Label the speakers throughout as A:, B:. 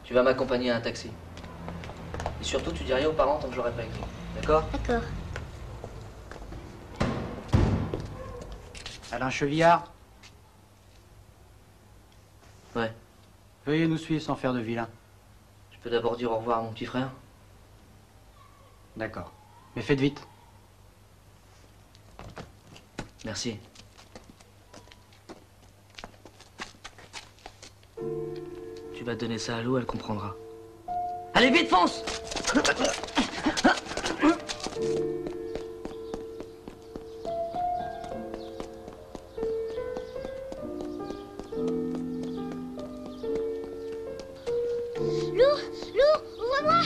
A: Tu vas m'accompagner à un taxi. Et surtout, tu dis rien aux parents tant que j'aurai pas écrit. D'accord?
B: D'accord.
C: Alain Chevillard,
A: Ouais.
C: veuillez nous suivre sans faire de vilain.
A: Je peux d'abord dire au revoir à mon petit frère?
C: D'accord. Mais faites vite.
A: Merci. Tu vas donner ça à Lou, elle comprendra. Allez, vite, fonce!
B: Lou, ouvre-moi.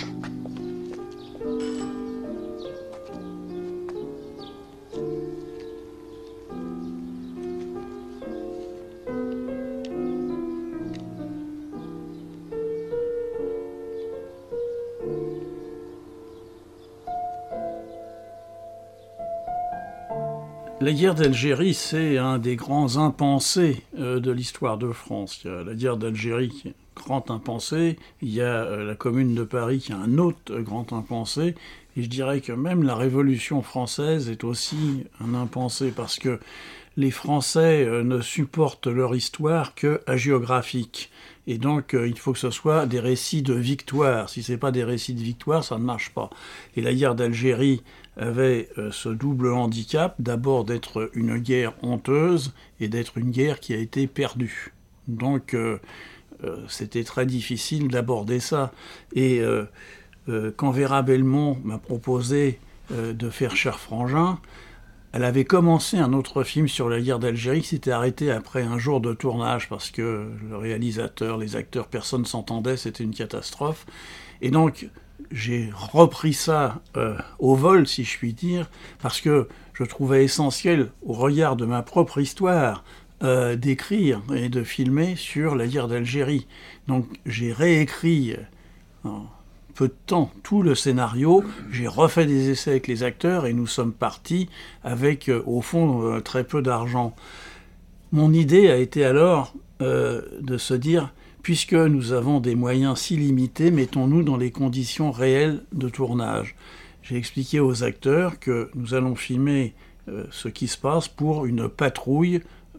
D: La guerre d'Algérie, c'est un des grands impensés de l'histoire de France. Il y a la guerre d'Algérie qui est un grand impensé, il y a la Commune de Paris qui est un autre grand impensé, et je dirais que même la Révolution française est aussi un impensé, parce que les Français ne supportent leur histoire que hagiographique. Et donc, il faut que ce soit des récits de victoire. Si ce n'est pas des récits de victoire, ça ne marche pas. Et la guerre d'Algérie avait ce double handicap, d'abord d'être une guerre honteuse et d'être une guerre qui a été perdue. Donc, c'était très difficile d'aborder ça. Et quand Vera Belmont m'a proposé de faire Cher Frangin, elle avait commencé un autre film sur la guerre d'Algérie qui s'était arrêté après un jour de tournage parce que le réalisateur, les acteurs, personne ne s'entendait, c'était une catastrophe. Et donc, j'ai repris ça au vol, si je puis dire, parce que je trouvais essentiel, au regard de ma propre histoire, d'écrire et de filmer sur la guerre d'Algérie. Donc, j'ai réécrit peu de temps tout le scénario, j'ai refait des essais avec les acteurs et nous sommes partis avec, au fond, très peu d'argent. Mon idée a été alors de se dire, puisque nous avons des moyens si limités, mettons-nous dans les conditions réelles de tournage. J'ai expliqué aux acteurs que nous allons filmer ce qui se passe pour une patrouille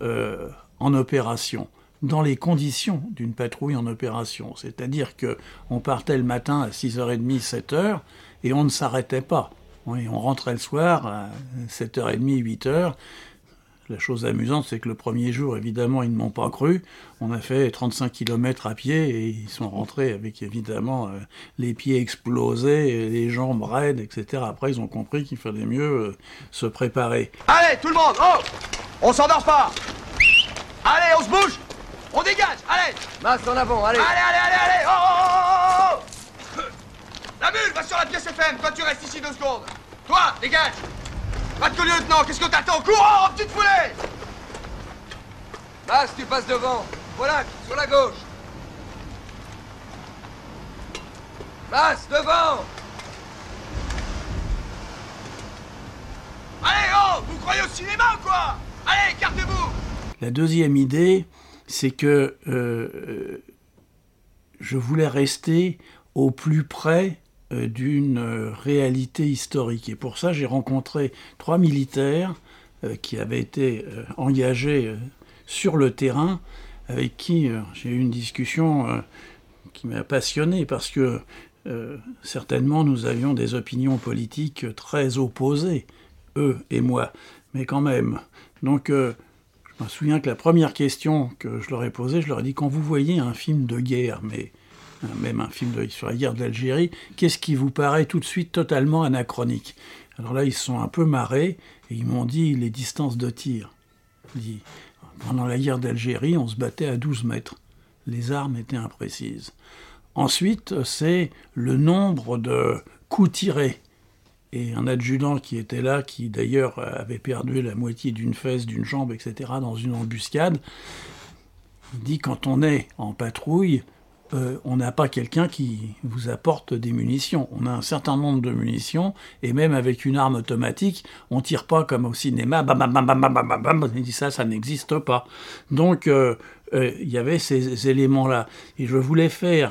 D: en opération, dans les conditions d'une patrouille en opération. C'est-à-dire qu'on partait le matin à 6h30, 7h, et on ne s'arrêtait pas. Oui, on rentrait le soir à 7h30, 8h. La chose amusante, c'est que le premier jour, évidemment, ils ne m'ont pas cru. On a fait 35 km à pied et ils sont rentrés avec, évidemment, les pieds explosés, les jambes raides, etc. Après, ils ont compris qu'il fallait mieux se préparer.
E: Allez, tout le monde, oh! On s'endort pas! Allez, on se bouge! On dégage, allez!
A: Masque en avant, allez!
E: Allez! Oh! La mule, va sur la pièce FM, toi tu restes ici 2 secondes. Toi, dégage! Va te lieutenant, qu'est-ce que t'attends? Courant, petite foulée!
A: Masque, tu passes devant! Voilà, sur la gauche! Masque, devant!
E: Allez, oh! Vous croyez au cinéma ou quoi? Allez, écartez-vous!
D: La deuxième idée, c'est que je voulais rester au plus près d'une réalité historique. Et pour ça, j'ai rencontré 3 militaires qui avaient été engagés sur le terrain, avec qui j'ai eu une discussion qui m'a passionné, parce que certainement nous avions des opinions politiques très opposées, eux et moi, mais quand même. Donc, je me souviens que la première question que je leur ai posée, je leur ai dit, quand vous voyez un film de guerre, mais même un film sur la guerre d'Algérie, qu'est-ce qui vous paraît tout de suite totalement anachronique? Alors là, ils se sont un peu marrés et ils m'ont dit les distances de tir. Pendant la guerre d'Algérie, on se battait à 12 mètres. Les armes étaient imprécises. Ensuite, c'est le nombre de coups tirés. Et un adjudant qui était là, qui d'ailleurs avait perdu la moitié d'une fesse, d'une jambe, etc., dans une embuscade, il dit, quand on est en patrouille, on n'a pas quelqu'un qui vous apporte des munitions. On a un certain nombre de munitions, et même avec une arme automatique, on tire pas comme au cinéma, bam, bam, bam, bam, bam, bam, bam, bam. Il dit ça n'existe pas. Donc, il y avait ces éléments-là. Et je voulais faire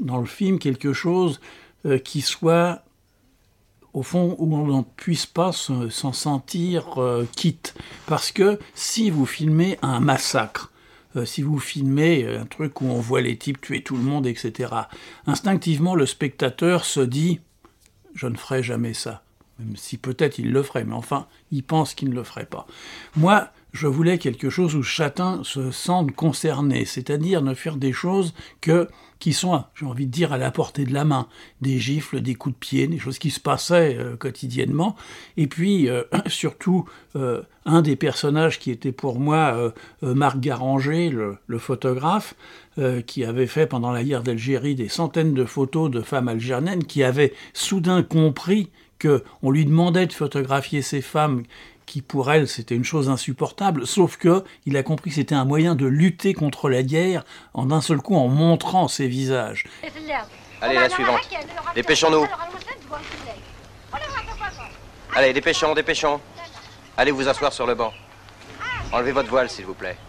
D: dans le film quelque chose qui soit, au fond, où on n'en puisse pas s'en sentir quitte. Parce que si vous filmez un massacre, si vous filmez un truc où on voit les types tuer tout le monde, etc., instinctivement, le spectateur se dit « je ne ferai jamais ça ». Même si peut-être il le ferait, mais enfin, il pense qu'il ne le ferait pas. Moi, je voulais quelque chose où chacun se sente concerné, c'est-à-dire ne faire des choses qui sont, j'ai envie de dire, à la portée de la main. Des gifles, des coups de pied, des choses qui se passaient quotidiennement. Et puis, surtout, un des personnages qui était pour moi Marc Garanger, le photographe, qui avait fait pendant la guerre d'Algérie des centaines de photos de femmes algériennes, qui avait soudain compris qu'on lui demandait de photographier ces femmes qui, pour elle, c'était une chose insupportable, sauf qu'il a compris que c'était un moyen de lutter contre la guerre en d'un seul coup en montrant ses visages.
F: Allez, la suivante. Dépêchons-nous. Allez, dépêchons. Allez vous asseoir sur le banc. Enlevez votre voile, s'il vous plaît.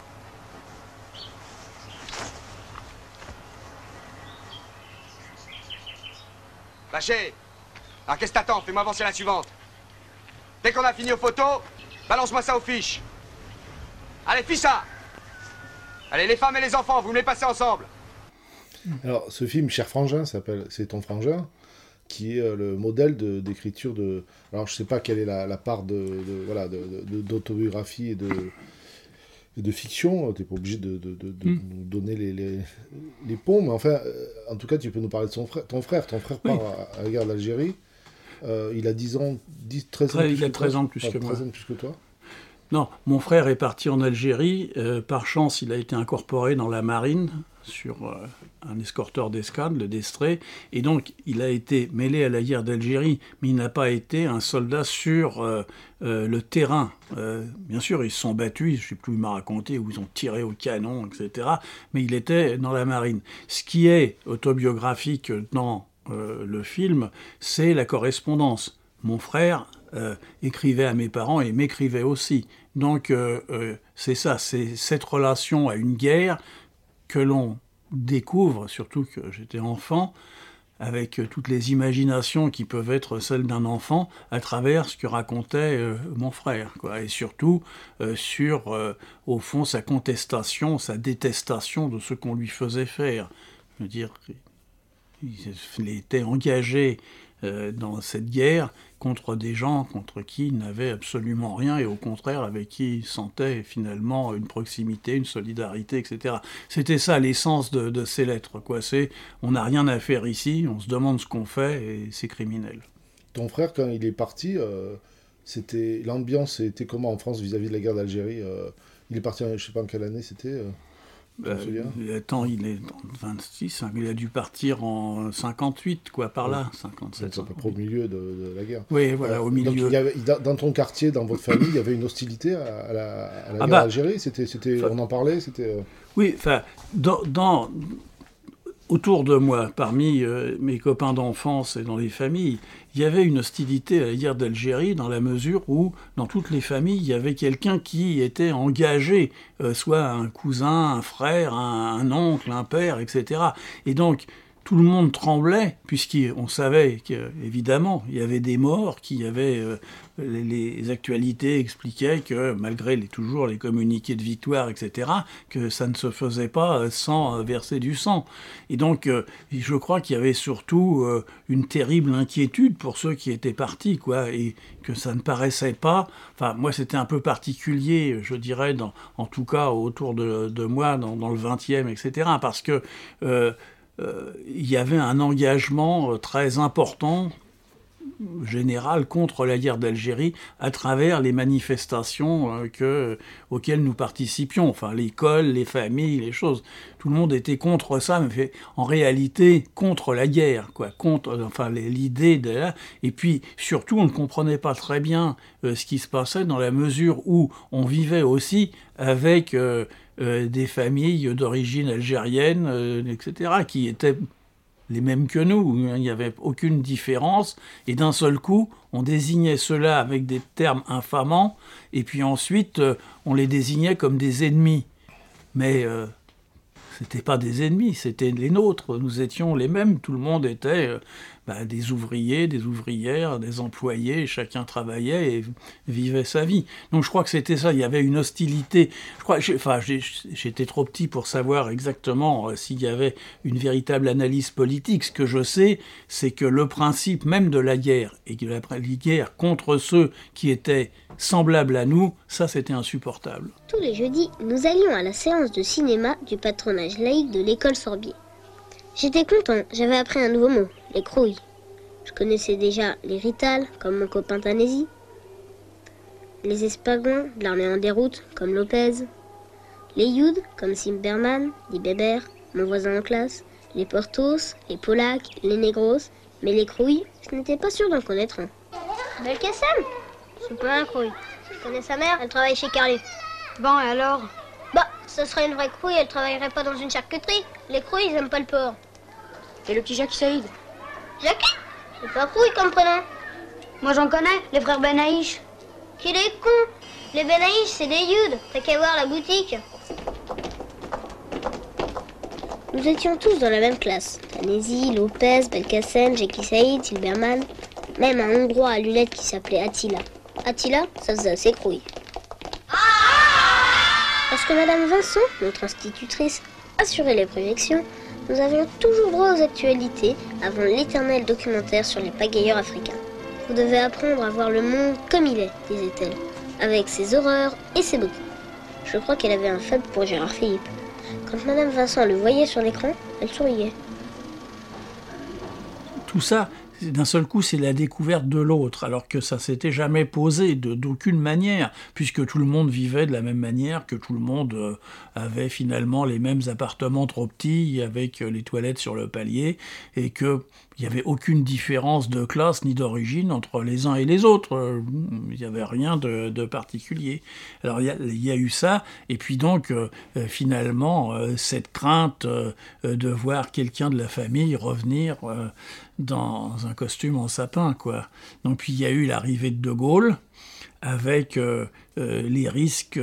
E: Lâchez. Alors qu'est-ce que t'attends? Fais-moi avancer la suivante. Dès qu'on a fini aux photos, balance-moi ça aux fiches. Allez, fiche ça. Allez, les femmes et les enfants, vous me les passez ensemble.
G: Alors, ce film, Cher Frangin, c'est ton frangin, qui est le modèle d'écriture de... Alors, je ne sais pas quelle est la part d'autobiographie et de fiction. Tu n'es pas obligé de nous donner les ponts, mais enfin, en tout cas, tu peux nous parler de ton frère. Ton frère part à la guerre d'Algérie. Il a 13 ans
D: il a 13 ans plus que moi.
G: 13 ans plus que toi.
D: Non, mon frère est parti en Algérie. Par chance, il a été incorporé dans la marine sur un escorteur d'escadre, le Destré. Et donc, il a été mêlé à la guerre d'Algérie, mais il n'a pas été un soldat sur le terrain. Bien sûr, ils se sont battus, je ne sais plus où il m'a raconté, où ils ont tiré au canon, etc. Mais il était dans la marine. Ce qui est autobiographique dans le film, c'est la correspondance. Mon frère écrivait à mes parents et m'écrivait aussi. Donc c'est ça, c'est cette relation à une guerre que l'on découvre, surtout que j'étais enfant, avec toutes les imaginations qui peuvent être celles d'un enfant, à travers ce que racontait mon frère, quoi. Et surtout sur, au fond, sa contestation, sa détestation de ce qu'on lui faisait faire. Je veux dire, il était engagé dans cette guerre contre des gens contre qui il n'avait absolument rien et au contraire avec qui il sentait finalement une proximité, une solidarité, etc. C'était ça l'essence de ces lettres, quoi. C'est on n'a rien à faire ici, on se demande ce qu'on fait et c'est criminel.
G: Ton frère, quand il est parti, l'ambiance était comment en France vis-à-vis de la guerre d'Algérie? Il est parti, je ne sais pas en quelle année c'était.
D: Attends, il est en 26, hein, il a dû partir en 58, quoi, par là, 57.
G: C'est à peu près au milieu de la guerre.
D: Oui, voilà, au milieu.
G: Donc, dans ton quartier, dans votre famille, il y avait une hostilité à la guerre d'Algérie. On en parlait,
D: Oui, enfin, autour de moi, parmi mes copains d'enfance et dans les familles, il y avait une hostilité à la guerre d'Algérie dans la mesure où, dans toutes les familles, il y avait quelqu'un qui était engagé, soit un cousin, un frère, un oncle, un père, etc. Et donc, tout le monde tremblait, puisqu'on savait qu'évidemment, il y avait des morts, les actualités expliquaient que, malgré toujours les communiqués de victoire, etc., que ça ne se faisait pas sans verser du sang. Et donc, je crois qu'il y avait surtout une terrible inquiétude pour ceux qui étaient partis, quoi, et que ça ne paraissait pas... Enfin, moi, c'était un peu particulier, je dirais, en tout cas, autour de moi, dans le 20e, etc., parce que... il y avait un engagement très important, général, contre la guerre d'Algérie à travers les manifestations auxquelles nous participions. Enfin, l'école, les familles, les choses. Tout le monde était contre ça, mais en réalité contre la guerre, quoi, contre l'idée de la... Et puis, surtout, on ne comprenait pas très bien ce qui se passait dans la mesure où on vivait aussi avec... des familles d'origine algérienne, etc., qui étaient les mêmes que nous. Il n'y avait aucune différence. Et d'un seul coup, on désignait ceux-là avec des termes infamants, et puis ensuite, on les désignait comme des ennemis. Mais c'était pas des ennemis, c'était les nôtres. Nous étions les mêmes. Tout le monde était des ouvriers, des ouvrières, des employés. Chacun travaillait et vivait sa vie. Donc je crois que c'était ça. Il y avait une hostilité. J'étais trop petit pour savoir exactement s'il y avait une véritable analyse politique. Ce que je sais, c'est que le principe même de la guerre, et que la guerre contre ceux qui étaient semblables à nous, ça c'était insupportable.
B: Tous les jeudis, nous allions à la séance de cinéma du patronage laïque de l'école Sorbier. J'étais content, j'avais appris un nouveau mot, les crouilles. Je connaissais déjà les ritales, comme mon copain Tanesi, les espagons de l'armée en déroute, comme Lopez, les youds, comme Simberman, dit Bébert, mon voisin en classe, les portos, les polacs, les négros, mais les crouilles, je n'étais pas sûr d'en connaître un. Belkacem ? C'est pas un crouille. Je connais sa mère, elle travaille chez Carly.
H: Bon, et alors ?
B: Bah, ce serait une vraie crouille, elle travaillerait pas dans une charcuterie. Les crouilles, ils aiment pas le porc.
H: Et le petit Jacques Saïd ?
B: Jackie ? C'est pas crouille comme prénom.
H: Moi j'en connais, les frères Benaïch.
B: Qu'il est con. Les Benaïch, c'est des youds. T'as qu'à voir la boutique. Nous étions tous dans la même classe. Tanesi, Lopez, Belkacem, Jackie Saïd, Silberman. Même un Hongrois à lunettes qui s'appelait Attila. Attila, ça faisait assez crouille. Lorsque Madame Vincent, notre institutrice, assurait les projections, nous avions toujours droit aux actualités avant l'éternel documentaire sur les pagailleurs africains. Vous devez apprendre à voir le monde comme il est, disait-elle, avec ses horreurs et ses beautés. Je crois qu'elle avait un faible pour Gérard Philippe. Quand Madame Vincent le voyait sur l'écran, elle souriait.
D: Tout ça, d'un seul coup, c'est la découverte de l'autre, alors que ça s'était jamais posé d'aucune manière, puisque tout le monde vivait de la même manière, que tout le monde avait finalement les mêmes appartements trop petits, avec les toilettes sur le palier, et qu'il n'y avait aucune différence de classe ni d'origine entre les uns et les autres. Il n'y avait rien de particulier. Alors il y a eu ça, et puis donc finalement, cette crainte de voir quelqu'un de la famille revenir dans un costume en sapin, quoi. Donc puis il y a eu l'arrivée de Gaulle, avec les risques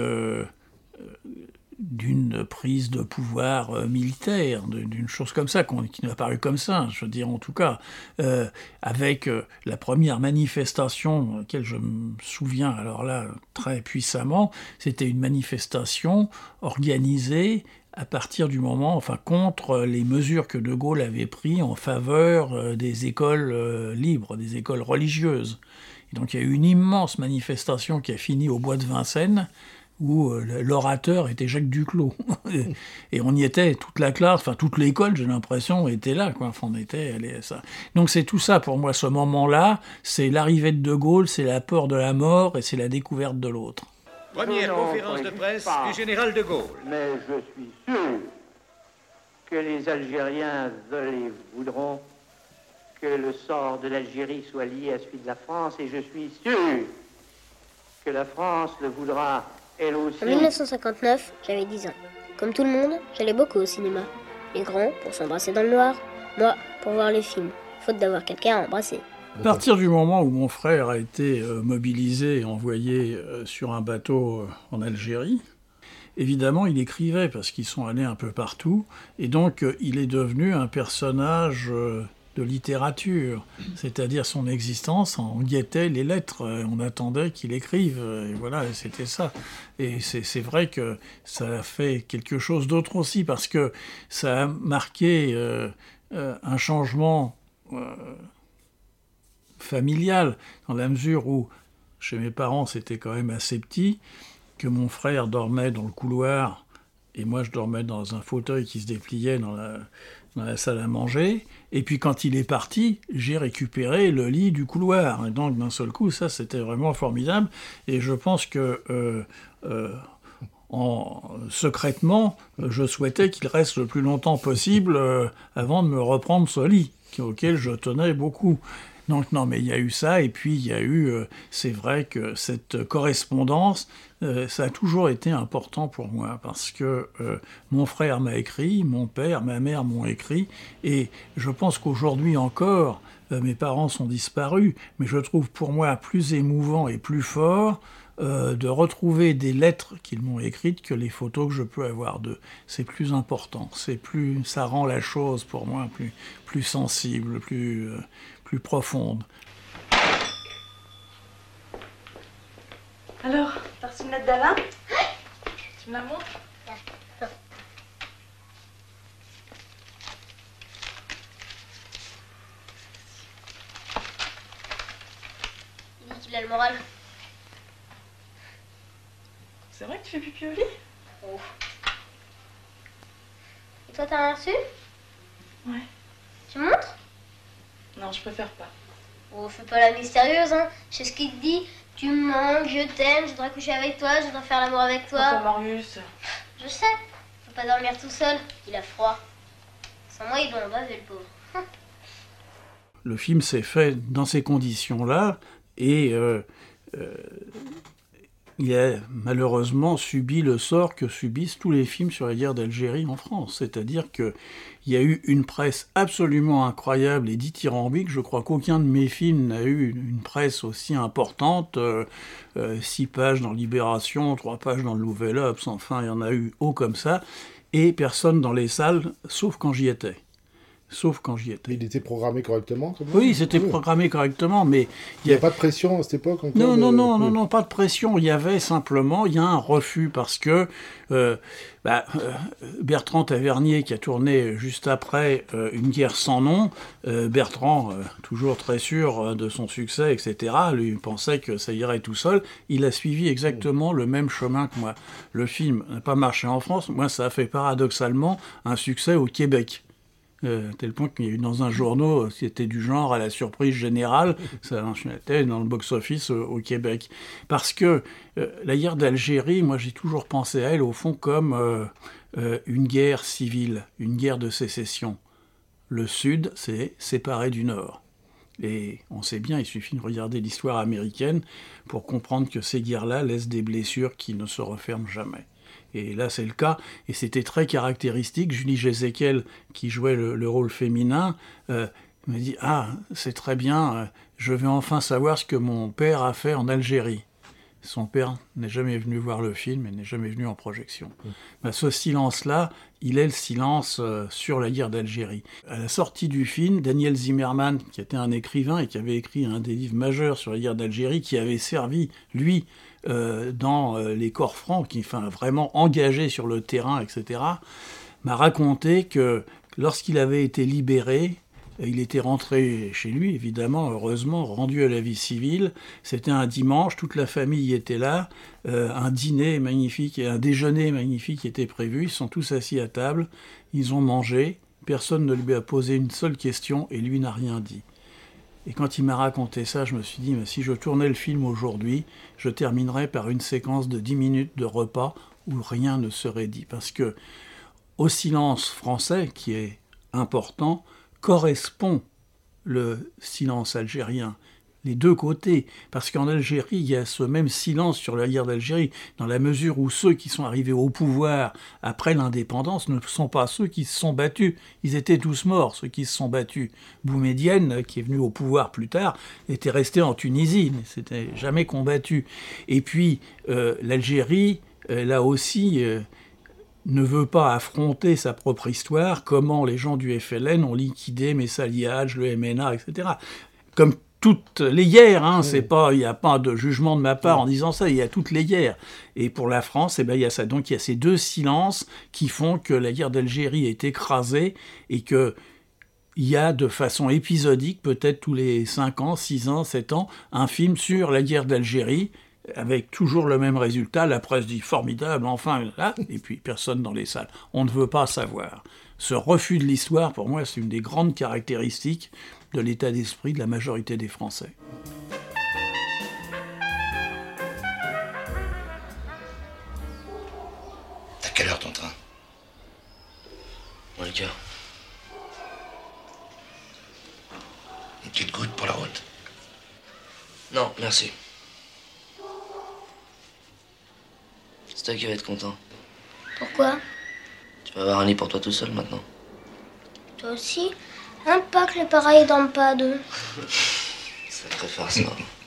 D: d'une prise de pouvoir militaire, d'une chose comme ça, qui nous a paru comme ça, je veux dire en tout cas, avec la première manifestation, laquelle je me souviens alors là très puissamment, c'était une manifestation organisée à partir du moment, contre les mesures que De Gaulle avait prises en faveur des écoles libres, des écoles religieuses. Et donc il y a eu une immense manifestation qui a fini au bois de Vincennes, où l'orateur était Jacques Duclos. Et on y était, toute la classe, toute l'école, j'ai l'impression, était là, quoi. On était allé à ça. Donc c'est tout ça pour moi, ce moment-là, c'est l'arrivée de De Gaulle, c'est la peur de la mort et c'est la découverte de l'autre.
I: Première conférence de presse du général de Gaulle.
J: Mais je suis sûr que les Algériens veulent et voudront que le sort de l'Algérie soit lié à celui de la France, et je suis sûr que la France le voudra elle aussi.
B: En 1959, j'avais 10 ans. Comme tout le monde, j'allais beaucoup au cinéma. Les grands pour s'embrasser dans le noir, moi pour voir les films, faute d'avoir quelqu'un à embrasser.
D: À partir du moment où mon frère a été mobilisé et envoyé sur un bateau en Algérie, évidemment, il écrivait parce qu'ils sont allés un peu partout, et donc il est devenu un personnage de littérature, c'est-à-dire son existence, on guettait les lettres, on attendait qu'il écrive, et voilà, c'était ça. Et c'est vrai que ça a fait quelque chose d'autre aussi, parce que ça a marqué un changement familial, dans la mesure où, chez mes parents, c'était quand même assez petit, que mon frère dormait dans le couloir, et moi je dormais dans un fauteuil qui se dépliait dans la salle à manger, et puis quand il est parti, j'ai récupéré le lit du couloir, et donc d'un seul coup, ça c'était vraiment formidable, et je pense que secrètement, je souhaitais qu'il reste le plus longtemps possible avant de me reprendre ce lit, auquel je tenais beaucoup. Donc non, mais il y a eu ça, et puis il y a eu, c'est vrai que cette correspondance, ça a toujours été important pour moi, parce que mon frère m'a écrit, mon père, ma mère m'ont écrit, et je pense qu'aujourd'hui encore, mes parents sont disparus, mais je trouve pour moi plus émouvant et plus fort de retrouver des lettres qu'ils m'ont écrites que les photos que je peux avoir d'eux. C'est plus important, ça rend la chose pour moi plus sensible, plus profonde.
K: Alors, t'as reçu une lettre d'Alain? Tu me la montres?
B: Il dit qu'il a le moral.
K: C'est vrai que tu fais pipi au lit?
B: Oh. Et toi, t'as rien reçu?
K: Ouais.
B: Tu me montres?
K: Non, je préfère pas.
B: Oh, fais pas la mystérieuse, hein. Je sais ce qu'il te dit. Tu me manques, je t'aime, je voudrais coucher avec toi, je voudrais faire l'amour avec toi.
K: Papa Marius.
B: Je sais. Faut pas dormir tout seul. Il a froid. Sans moi, il doit en baver, le pauvre.
D: Le film s'est fait dans ces conditions-là et il a malheureusement subi le sort que subissent tous les films sur la guerre d'Algérie en France. C'est-à-dire qu'il y a eu une presse absolument incroyable et dithyrambique. Je crois qu'aucun de mes films n'a eu une presse aussi importante. 6 pages dans Libération, 3 pages dans le Nouvel Obs, enfin il y en a eu haut comme ça. Et personne dans les salles, sauf quand j'y étais. Il
G: était programmé correctement
D: Oui, c'était programmé correctement, mais...
G: Il n'y a pas de pression à cette époque encore
D: Non, pas de pression. Il y a un refus, parce que Bertrand Tavernier, qui a tourné juste après Une guerre sans nom, Bertrand, toujours très sûr de son succès, etc., lui pensait que ça irait tout seul. Il a suivi exactement le même chemin que moi. Le film n'a pas marché en France. Moi, ça a fait paradoxalement un succès au Québec. À tel point qu'il y a eu dans un journal, c'était du genre à la surprise générale, ça était dans le box-office au Québec. Parce que la guerre d'Algérie, moi j'ai toujours pensé à elle au fond comme une guerre civile, une guerre de sécession. Le Sud s'est séparé du Nord. Et on sait bien, il suffit de regarder l'histoire américaine pour comprendre que ces guerres-là laissent des blessures qui ne se referment jamais. Et là, c'est le cas. Et c'était très caractéristique. Julie Jézéquel, qui jouait le rôle féminin, me dit « Ah, c'est très bien, je vais enfin savoir ce que mon père a fait en Algérie. » Son père n'est jamais venu voir le film et n'est jamais venu en projection. Ce silence-là, il est le silence sur la guerre d'Algérie. À la sortie du film, Daniel Zimmerman, qui était un écrivain et qui avait écrit un des livres majeurs sur la guerre d'Algérie, qui avait servi, lui, dans les corps francs, qui vraiment engagé sur le terrain, etc., m'a raconté que lorsqu'il avait été libéré, il était rentré chez lui, évidemment, heureusement, rendu à la vie civile. C'était un dimanche, toute la famille était là, un dîner magnifique et un déjeuner magnifique était prévu. Ils sont tous assis à table, ils ont mangé, personne ne lui a posé une seule question et lui n'a rien dit. Et quand il m'a raconté ça, je me suis dit, mais si je tournais le film aujourd'hui, je terminerais par une séquence de 10 minutes de repas où rien ne serait dit. Parce que au silence français, qui est important, correspond le silence algérien, les deux côtés. Parce qu'en Algérie, il y a ce même silence sur la guerre d'Algérie, dans la mesure où ceux qui sont arrivés au pouvoir après l'indépendance ne sont pas ceux qui se sont battus. Ils étaient tous morts, ceux qui se sont battus. Boumedienne, qui est venu au pouvoir plus tard, était resté en Tunisie, ne s'était jamais combattu. Et puis, l'Algérie, là aussi... ne veut pas affronter sa propre histoire, comment les gens du FLN ont liquidé Messa Liadj, le MNA, etc. Comme toutes les guerres, il n'y a pas de jugement de ma part en disant ça, il y a toutes les guerres. Et pour la France, il y a ça. Donc il y a ces deux silences qui font que la guerre d'Algérie est écrasée et que il y a de façon épisodique, peut-être tous les 5 ans, 6 ans, 7 ans, un film sur la guerre d'Algérie, avec toujours le même résultat, la presse dit formidable, enfin, là, et puis personne dans les salles. On ne veut pas savoir. Ce refus de l'histoire, pour moi, c'est une des grandes caractéristiques de l'état d'esprit de la majorité des Français.
L: À quelle heure ton train?
A: Moins le quart.
L: Une petite goutte pour la route?
A: Non, merci. C'est toi qui vas être content.
B: Pourquoi?
A: Tu vas avoir un lit pour toi tout seul maintenant.
B: Toi aussi? Pas que les pareils dorment pas à deux.
A: Sacré farceur.